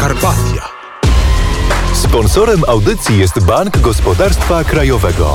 Karpatia. Sponsorem audycji jest Bank Gospodarstwa Krajowego.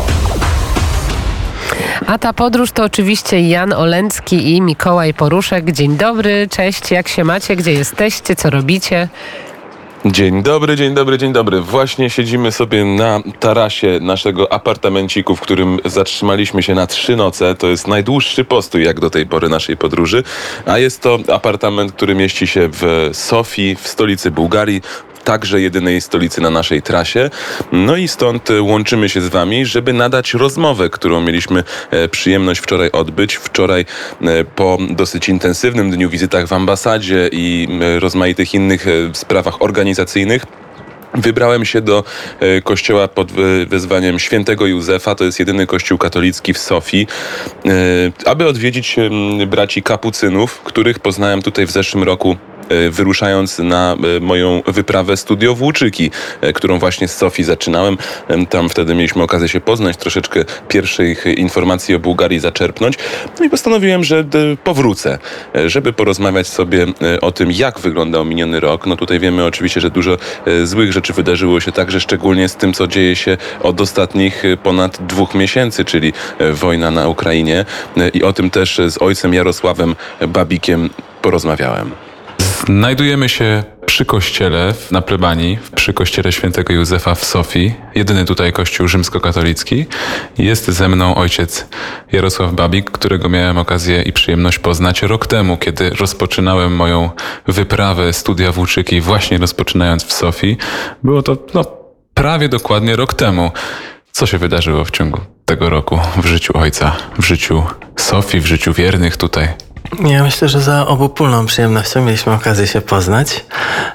A ta podróż to oczywiście Jan Olęcki i Mikołaj Poruszek. Dzień dobry, cześć, jak się macie, gdzie jesteście, co robicie? Dzień dobry, dzień dobry, dzień dobry. Właśnie siedzimy sobie na tarasie naszego apartamenciku, w którym zatrzymaliśmy się na 3 noce. To jest najdłuższy postój jak do tej pory naszej podróży. A jest to apartament, który mieści się w Sofii, w stolicy Bułgarii. Także jedynej stolicy na naszej trasie. No i stąd łączymy się z wami, żeby nadać rozmowę, którą mieliśmy przyjemność wczoraj odbyć. Wczoraj po dosyć intensywnym dniu, wizytach w ambasadzie i rozmaitych innych sprawach organizacyjnych, wybrałem się do kościoła pod wezwaniem Świętego Józefa. To jest jedyny kościół katolicki w Sofii, aby odwiedzić braci kapucynów, których poznałem tutaj w zeszłym roku, wyruszając na moją wyprawę Studio Włóczyki, którą właśnie z Sofii zaczynałem. Tam wtedy mieliśmy okazję się poznać, troszeczkę pierwszych informacji o Bułgarii zaczerpnąć. No i postanowiłem, że powrócę, żeby porozmawiać sobie o tym, jak wyglądał miniony rok. No tutaj wiemy oczywiście, że dużo złych rzeczy wydarzyło się także szczególnie z tym, co dzieje się od ostatnich ponad 2 miesięcy, czyli wojna na Ukrainie. I o tym też z ojcem Jarosławem Babikiem porozmawiałem. Znajdujemy się przy kościele na plebanii, przy kościele Świętego Józefa w Sofii. Jedyny tutaj kościół rzymskokatolicki. Jest ze mną ojciec Jarosław Babik, którego miałem okazję i przyjemność poznać rok temu, kiedy rozpoczynałem moją wyprawę Studia Włóczyki, właśnie rozpoczynając w Sofii. Było to prawie dokładnie rok temu. Co się wydarzyło w ciągu tego roku w życiu ojca, w życiu Sofii, w życiu wiernych tutaj? Ja myślę, że za obopólną przyjemnością mieliśmy okazję się poznać.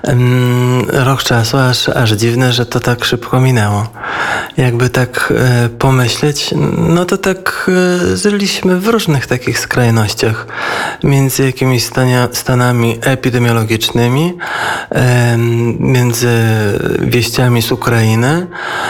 Rok czasu, aż dziwne, że to tak szybko minęło. Jakby tak pomyśleć, no to tak żyliśmy w różnych takich skrajnościach. Między jakimiś stanami epidemiologicznymi, między wieściami z Ukrainy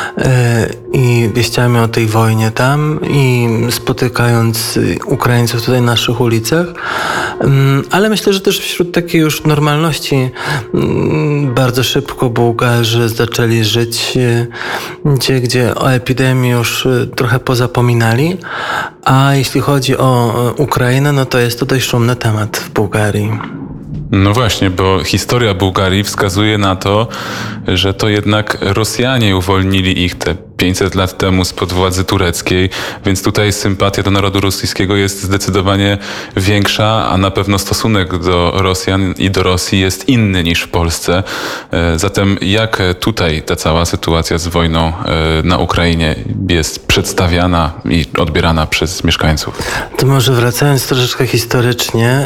i wieściami o tej wojnie tam i spotykając Ukraińców tutaj na naszych ulicach. Ale myślę, że też wśród takiej już normalności bardzo szybko Bułgarzy zaczęli żyć gdzie o epidemii już trochę pozapominali, a jeśli chodzi o Ukrainę, no to jest to dość szumny temat w Bułgarii. No właśnie, bo historia Bułgarii wskazuje na to, że to jednak Rosjanie uwolnili ich te 500 lat temu spod władzy tureckiej, więc tutaj sympatia do narodu rosyjskiego jest zdecydowanie większa, a na pewno stosunek do Rosjan i do Rosji jest inny niż w Polsce. Zatem jak tutaj ta cała sytuacja z wojną na Ukrainie jest przedstawiana i odbierana przez mieszkańców? To może wracając troszeczkę historycznie,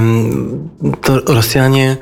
to Rosjanie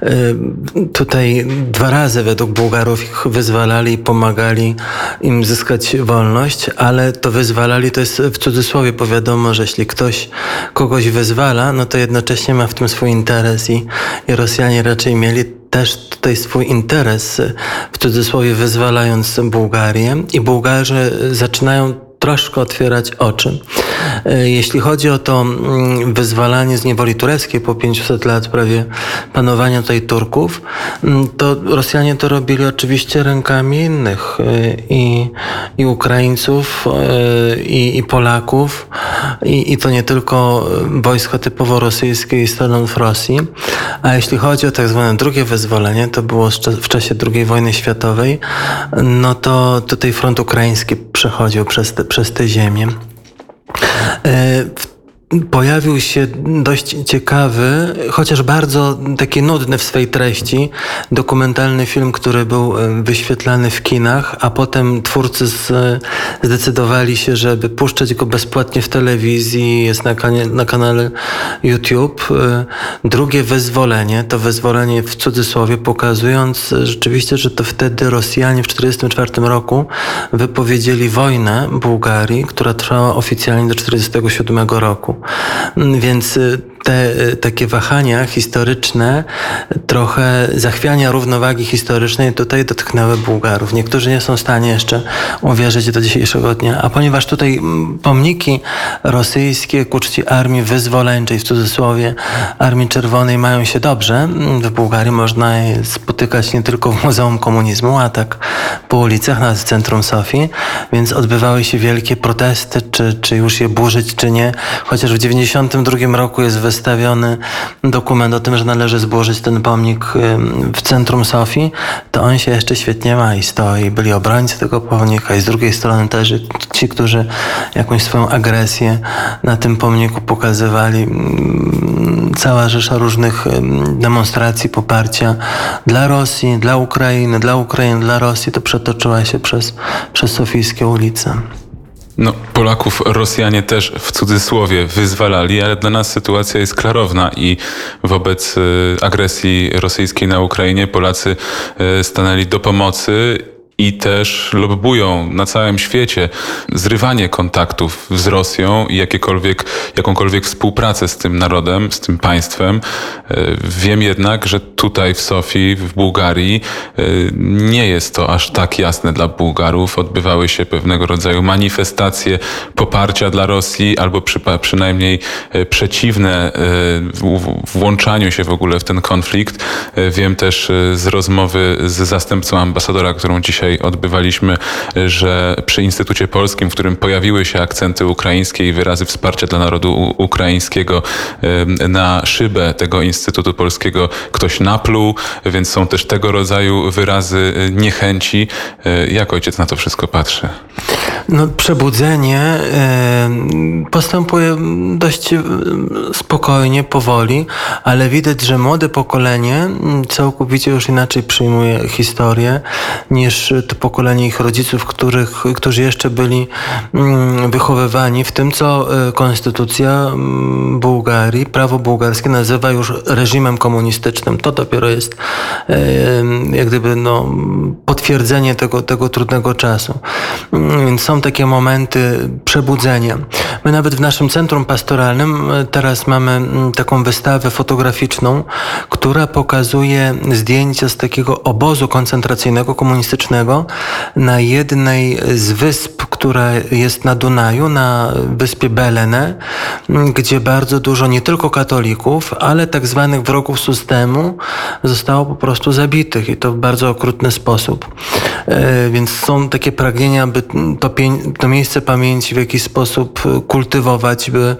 tutaj 2 razy według Bułgarów ich wyzwalali i pomagali im zyskać wolność, ale to wyzwalali to jest w cudzysłowie, bo wiadomo, że jeśli ktoś kogoś wyzwala, no to jednocześnie ma w tym swój interes i Rosjanie raczej mieli też tutaj swój interes, w cudzysłowie wyzwalając Bułgarię, i Bułgarzy zaczynają troszkę otwierać oczy. Jeśli chodzi o to wyzwalanie z niewoli tureckiej po 500 lat prawie panowania tutaj Turków, to Rosjanie to robili oczywiście rękami innych i Ukraińców, i Polaków, i to nie tylko wojska typowo rosyjskie i stanowisk Rosji. A jeśli chodzi o tak zwane drugie wyzwolenie, to było w czasie II wojny światowej, no to tutaj front ukraiński przechodził przez te ziemię. Pojawił się dość ciekawy, chociaż bardzo taki nudny w swej treści, dokumentalny film, który był wyświetlany w kinach, a potem twórcy zdecydowali się, żeby puszczać go bezpłatnie w telewizji, jest na kanale YouTube. Drugie wyzwolenie, to wyzwolenie w cudzysłowie, pokazując rzeczywiście, że to wtedy Rosjanie w 1944 roku wypowiedzieli wojnę Bułgarii, która trwała oficjalnie do 1947 roku. Więc te takie wahania historyczne, trochę zachwiania równowagi historycznej tutaj dotknęły Bułgarów. Niektórzy nie są w stanie jeszcze uwierzyć do dzisiejszego dnia. A ponieważ tutaj pomniki rosyjskie ku czci Armii Wyzwoleńczej, w cudzysłowie Armii Czerwonej, mają się dobrze, w Bułgarii można je spotykać nie tylko w Muzeum Komunizmu, a tak po ulicach, nawet w centrum Sofii, więc odbywały się wielkie protesty, czy już je burzyć, czy nie. Chociaż w 1992 roku jest wystawiony dokument o tym, że należy zburzyć ten pomnik w centrum Sofii, to on się jeszcze świetnie ma i stoi. Byli obrońcy tego pomnika i z drugiej strony też ci, którzy jakąś swoją agresję na tym pomniku pokazywali. Cała rzesza różnych demonstracji poparcia dla Rosji, dla Ukrainy, dla Rosji, to przetoczyła się przez sofijskie ulice. No, Polaków Rosjanie też w cudzysłowie wyzwalali, ale dla nas sytuacja jest klarowna i wobec agresji rosyjskiej na Ukrainie Polacy stanęli do pomocy i też lobbują na całym świecie zrywanie kontaktów z Rosją i jakąkolwiek współpracę z tym narodem, z tym państwem. Wiem jednak, że tutaj w Sofii, w Bułgarii nie jest to aż tak jasne dla Bułgarów. Odbywały się pewnego rodzaju manifestacje poparcia dla Rosji albo przynajmniej przeciwne włączaniu się w ogóle w ten konflikt. Wiem też z rozmowy z zastępcą ambasadora, którą dzisiaj odbywaliśmy, że przy Instytucie Polskim, w którym pojawiły się akcenty ukraińskie i wyrazy wsparcia dla narodu ukraińskiego, na szybę tego Instytutu Polskiego ktoś napluł, więc są też tego rodzaju wyrazy niechęci. Jak ojciec na to wszystko patrzy? No, przebudzenie postępuje dość spokojnie, powoli, ale widać, że młode pokolenie całkowicie już inaczej przyjmuje historię niż to pokolenie ich rodziców, którzy jeszcze byli wychowywani w tym, co konstytucja Bułgarii, prawo bułgarskie nazywa już reżimem komunistycznym. To dopiero jest jak gdyby potwierdzenie tego trudnego czasu. Więc są takie momenty przebudzenia. My nawet w naszym centrum pastoralnym teraz mamy taką wystawę fotograficzną, która pokazuje zdjęcia z takiego obozu koncentracyjnego komunistycznego na jednej z wysp, która jest na Dunaju, na wyspie Belene, gdzie bardzo dużo nie tylko katolików, ale tak zwanych wrogów systemu zostało po prostu zabitych i to w bardzo okrutny sposób. Więc są takie pragnienia, by to miejsce pamięci w jakiś sposób kultywować, by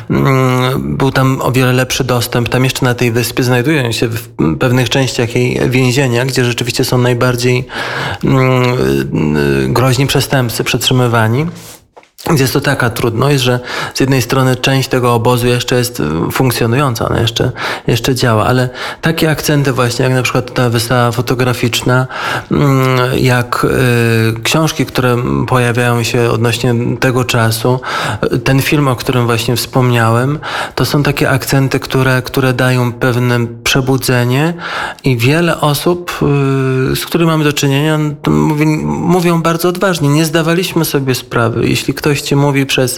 był tam o wiele lepszy dostęp. Tam jeszcze na tej wyspie znajdują się w pewnych częściach jej więzienia, gdzie rzeczywiście są najbardziej groźni przestępcy przetrzymywani. Jest to taka trudność, że z jednej strony część tego obozu jeszcze jest funkcjonująca, ona jeszcze działa, ale takie akcenty właśnie, jak na przykład ta wystawa fotograficzna, jak książki, które pojawiają się odnośnie tego czasu, ten film, o którym właśnie wspomniałem, to są takie akcenty, które dają pewne przebudzenie i wiele osób, z którymi mamy do czynienia, mówią bardzo odważnie. Nie zdawaliśmy sobie sprawy. Jeśli ktoś ci mówi przez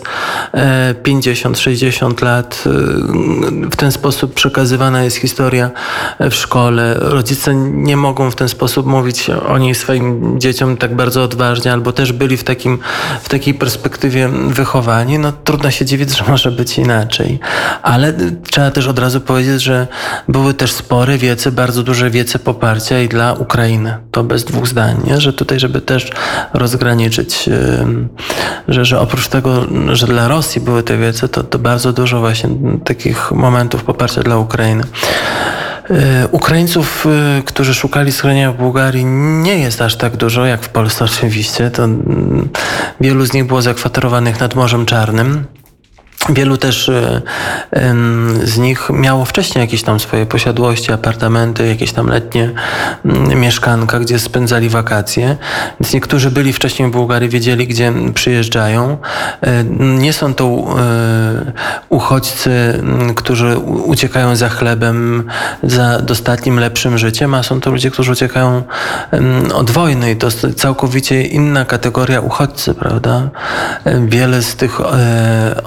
50-60 lat, w ten sposób przekazywana jest historia w szkole. Rodzice nie mogą w ten sposób mówić o niej swoim dzieciom tak bardzo odważnie, albo też byli w takiej perspektywie wychowani. No trudno się dziwić, że może być inaczej. Ale trzeba też od razu powiedzieć, że były też spore wiece, bardzo duże wiece poparcia i dla Ukrainy. To bez dwóch zdań, nie? Że tutaj, żeby też rozgraniczyć, że oprócz tego, że dla Rosji były te wiece, to bardzo dużo właśnie takich momentów poparcia dla Ukrainy. Ukraińców, którzy szukali schronienia w Bułgarii, nie jest aż tak dużo jak w Polsce oczywiście. To wielu z nich było zakwaterowanych nad Morzem Czarnym. Wielu też z nich miało wcześniej jakieś tam swoje posiadłości, apartamenty, jakieś tam letnie mieszkanka, gdzie spędzali wakacje. Więc niektórzy byli wcześniej w Bułgarii, wiedzieli, gdzie przyjeżdżają. Nie są to uchodźcy, którzy uciekają za chlebem, za dostatnim, lepszym życiem, a są to ludzie, którzy uciekają od wojny i to jest całkowicie inna kategoria uchodźcy, prawda? Wiele z tych osób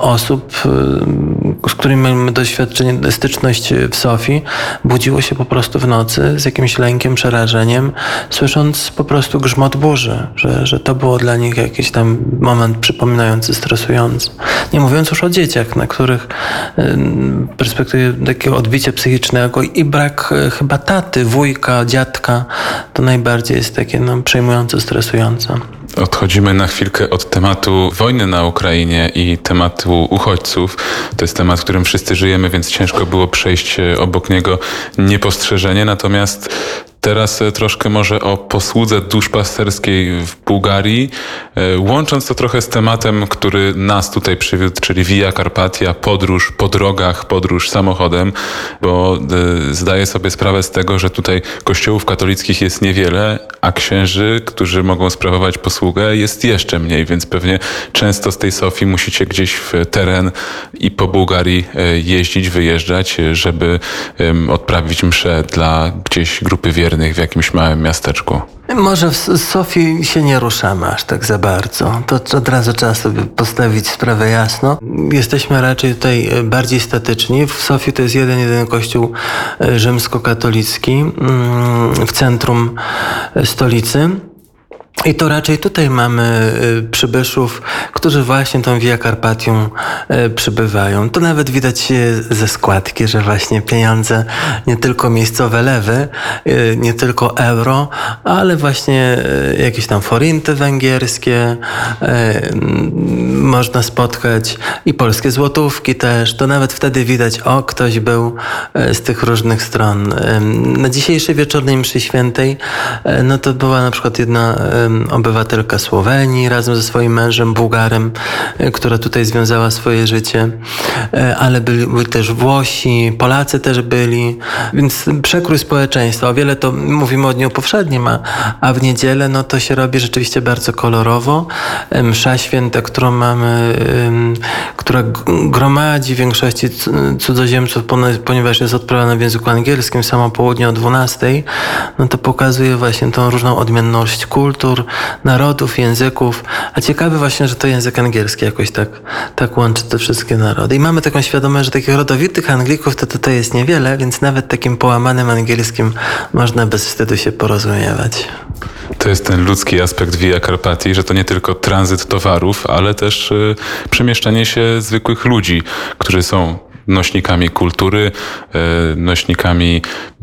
osób, z którymi mamy doświadczenie, styczność w Sofii, budziło się po prostu w nocy z jakimś lękiem, przerażeniem, słysząc po prostu grzmot burzy, że to było dla nich jakiś tam moment przypominający, stresujący. Nie mówiąc już o dzieciach, na których w perspektywie takiego odbicia psychicznego i brak chyba taty, wujka, dziadka, to najbardziej jest takie przejmujące, stresujące. Odchodzimy na chwilkę od tematu wojny na Ukrainie i tematu uchodźców. To jest temat, którym wszyscy żyjemy, więc ciężko było przejść obok niego niepostrzeżenie. Natomiast teraz troszkę może o posłudze duszpasterskiej w Bułgarii, łącząc to trochę z tematem, który nas tutaj przywiódł, czyli Via Carpatia, podróż po drogach, podróż samochodem, bo zdaję sobie sprawę z tego, że tutaj kościołów katolickich jest niewiele, a księży, którzy mogą sprawować posługę, jest jeszcze mniej, więc pewnie często z tej Sofii musicie gdzieś w teren i po Bułgarii jeździć, wyjeżdżać, żeby odprawić mszę dla gdzieś grupy wiernych w jakimś małym miasteczku. Może w Sofii się nie ruszamy aż tak za bardzo. To od razu trzeba sobie postawić sprawę jasno. Jesteśmy raczej tutaj bardziej statyczni. W Sofii to jest jedyny kościół rzymskokatolicki w centrum stolicy. I to raczej tutaj mamy przybyszów, którzy właśnie tą Via Carpatią przybywają. To nawet widać ze składki, że właśnie pieniądze, nie tylko miejscowe lewy, nie tylko euro, ale właśnie jakieś tam forinty węgierskie można spotkać i polskie złotówki też. To nawet wtedy widać, ktoś był z tych różnych stron. Na dzisiejszej wieczornej mszy świętej, to była na przykład jedna obywatelka Słowenii razem ze swoim mężem Bułgarem, która tutaj związała swoje życie, ale byli też Włosi, Polacy też byli, więc przekrój społeczeństwa. O wiele to mówimy o Dniu Powszednim, a w niedzielę to się robi rzeczywiście bardzo kolorowo. Msza święta, którą mamy, która gromadzi w większości cudzoziemców, ponieważ jest odprawiana w języku angielskim, samo południe o 12:00, to pokazuje właśnie tą różną odmienność kultur, narodów, języków, a ciekawe właśnie, że to język angielski jakoś tak łączy te wszystkie narody. I mamy taką świadomość, że takich rodowitych Anglików to jest niewiele, więc nawet takim połamanym angielskim można bez wstydu się porozumiewać. To jest ten ludzki aspekt Via Carpatii, że to nie tylko tranzyt towarów, ale też przemieszczanie się zwykłych ludzi, którzy są nośnikami kultury, nośnikami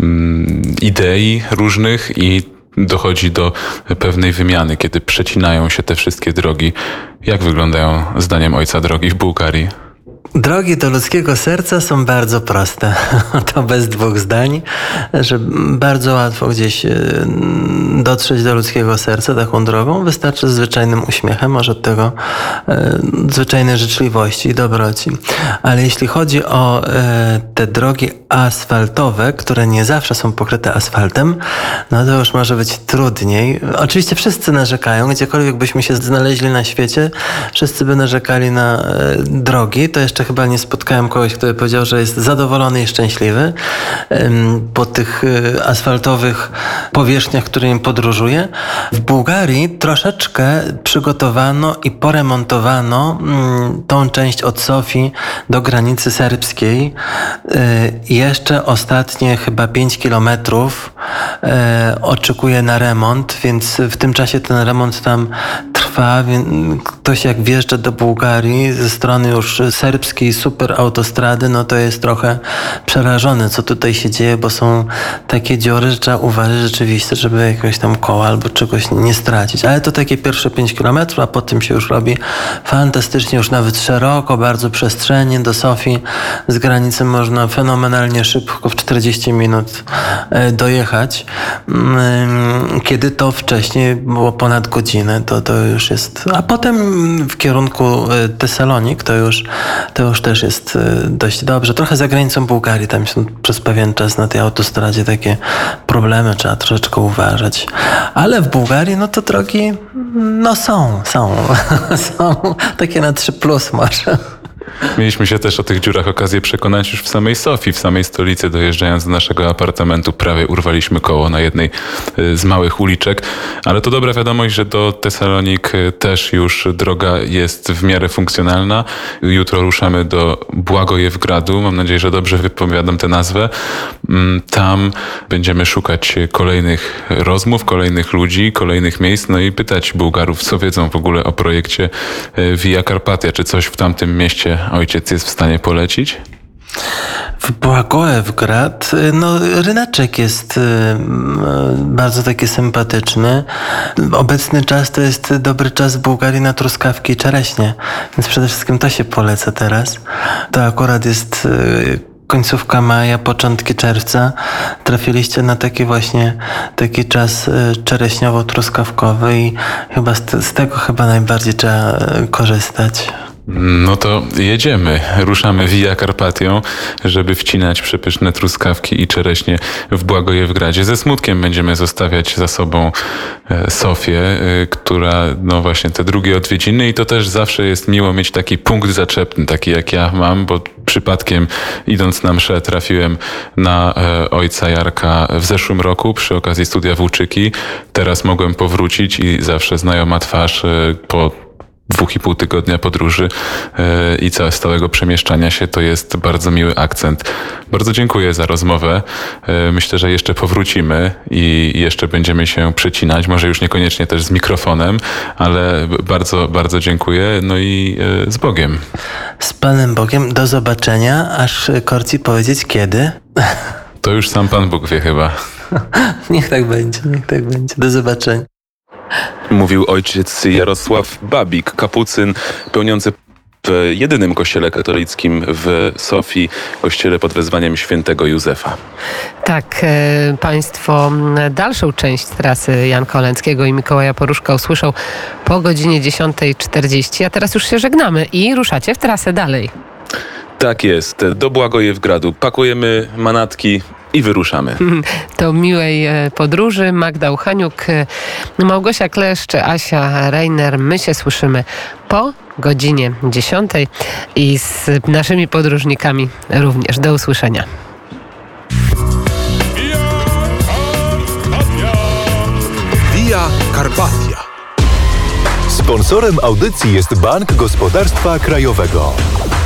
idei różnych i dochodzi do pewnej wymiany, kiedy przecinają się te wszystkie drogi. Jak wyglądają, zdaniem ojca, drogi w Bułgarii? Drogi do ludzkiego serca są bardzo proste. To bez dwóch zdań, że bardzo łatwo gdzieś dotrzeć do ludzkiego serca taką drogą. Wystarczy zwyczajnym uśmiechem, może od tego zwyczajnej życzliwości i dobroci. Ale jeśli chodzi o te drogi asfaltowe, które nie zawsze są pokryte asfaltem, to już może być trudniej. Oczywiście wszyscy narzekają, gdziekolwiek byśmy się znaleźli na świecie, wszyscy by narzekali na drogi. To jeszcze chyba nie spotkałem kogoś, kto by powiedział, że jest zadowolony i szczęśliwy po tych asfaltowych powierzchniach, którymi podróżuje. W Bułgarii troszeczkę przygotowano i poremontowano tą część od Sofii do granicy serbskiej. Jeszcze ostatnie chyba 5 kilometrów oczekuje na remont, więc w tym czasie ten remont tam trwa. Ktoś jak wjeżdża do Bułgarii ze strony już serbskiej super autostrady, to jest trochę przerażony, co tutaj się dzieje, bo są takie dziury, że trzeba uważać rzeczywiście, żeby jakiegoś tam koła albo czegoś nie stracić. Ale to takie pierwsze 5 kilometrów, a potem się już robi fantastycznie, już nawet szeroko, bardzo przestrzennie. Do Sofii z granicy można fenomenalnie szybko, w 40 minut dojechać. Kiedy to wcześniej było ponad godzinę, to już jest... A potem w kierunku Tesalonik to już też jest dość dobrze. Trochę za granicą Bułgarii, tam są przez pewien czas na tej autostradzie takie problemy, trzeba troszeczkę uważać. Ale w Bułgarii, to drogi, są takie na 3+ może. Mieliśmy się też o tych dziurach okazję przekonać już w samej Sofii, w samej stolicy. Dojeżdżając do naszego apartamentu prawie urwaliśmy koło na jednej z małych uliczek. Ale to dobra wiadomość, że do Tesalonik też już droga jest w miarę funkcjonalna. Jutro ruszamy do Błagojewgradu. Mam nadzieję, że dobrze wypowiadam tę nazwę. Tam będziemy szukać kolejnych rozmów, kolejnych ludzi, kolejnych miejsc, no i pytać Bułgarów, co wiedzą w ogóle o projekcie Via Carpatia. Czy coś w tamtym mieście ojciec jest w stanie polecić? W Błagojewgrad, ryneczek jest bardzo taki sympatyczny. Obecny czas to jest dobry czas w Bułgarii na truskawki i czereśnie, więc przede wszystkim to się poleca teraz. To akurat jest końcówka maja, początki czerwca. Trafiliście na taki czas czereśniowo-truskawkowy i chyba z tego chyba najbardziej trzeba korzystać. No to jedziemy. Ruszamy Via Carpatią, żeby wcinać przepyszne truskawki i czereśnie w Błagojewgradzie. Ze smutkiem będziemy zostawiać za sobą Sofię, która właśnie te drugie odwiedziny, i to też zawsze jest miło mieć taki punkt zaczepny, taki jak ja mam, bo przypadkiem idąc na mszę trafiłem na ojca Jarka w zeszłym roku przy okazji studia włóczyki. Teraz mogłem powrócić i zawsze znajoma twarz po 2,5 tygodnia podróży i stałego przemieszczania się to jest bardzo miły akcent. Bardzo dziękuję za rozmowę. Myślę, że jeszcze powrócimy i jeszcze będziemy się przecinać. Może już niekoniecznie też z mikrofonem, ale bardzo, bardzo dziękuję. No i z Bogiem. Z Panem Bogiem. Do zobaczenia, aż Korci powiedzieć kiedy. To już sam Pan Bóg wie chyba. Niech tak będzie. Do zobaczenia. Mówił ojciec Jarosław Babik, kapucyn pełniący w jedynym kościele katolickim w Sofii, kościele pod wezwaniem świętego Józefa. Tak, Państwo dalszą część trasy Janka Olenckiego i Mikołaja Poruszka usłyszą po godzinie 10:40, a teraz już się żegnamy i ruszacie w trasę dalej. Tak jest, do Błagojewgradu. Pakujemy manatki i wyruszamy. To miłej podróży. Magda Uchaniuk, Małgosia Kleszcz, Asia Reiner. My się słyszymy po godzinie 10 i z naszymi podróżnikami również. Do usłyszenia. Via Carpatia. Sponsorem audycji jest Bank Gospodarstwa Krajowego.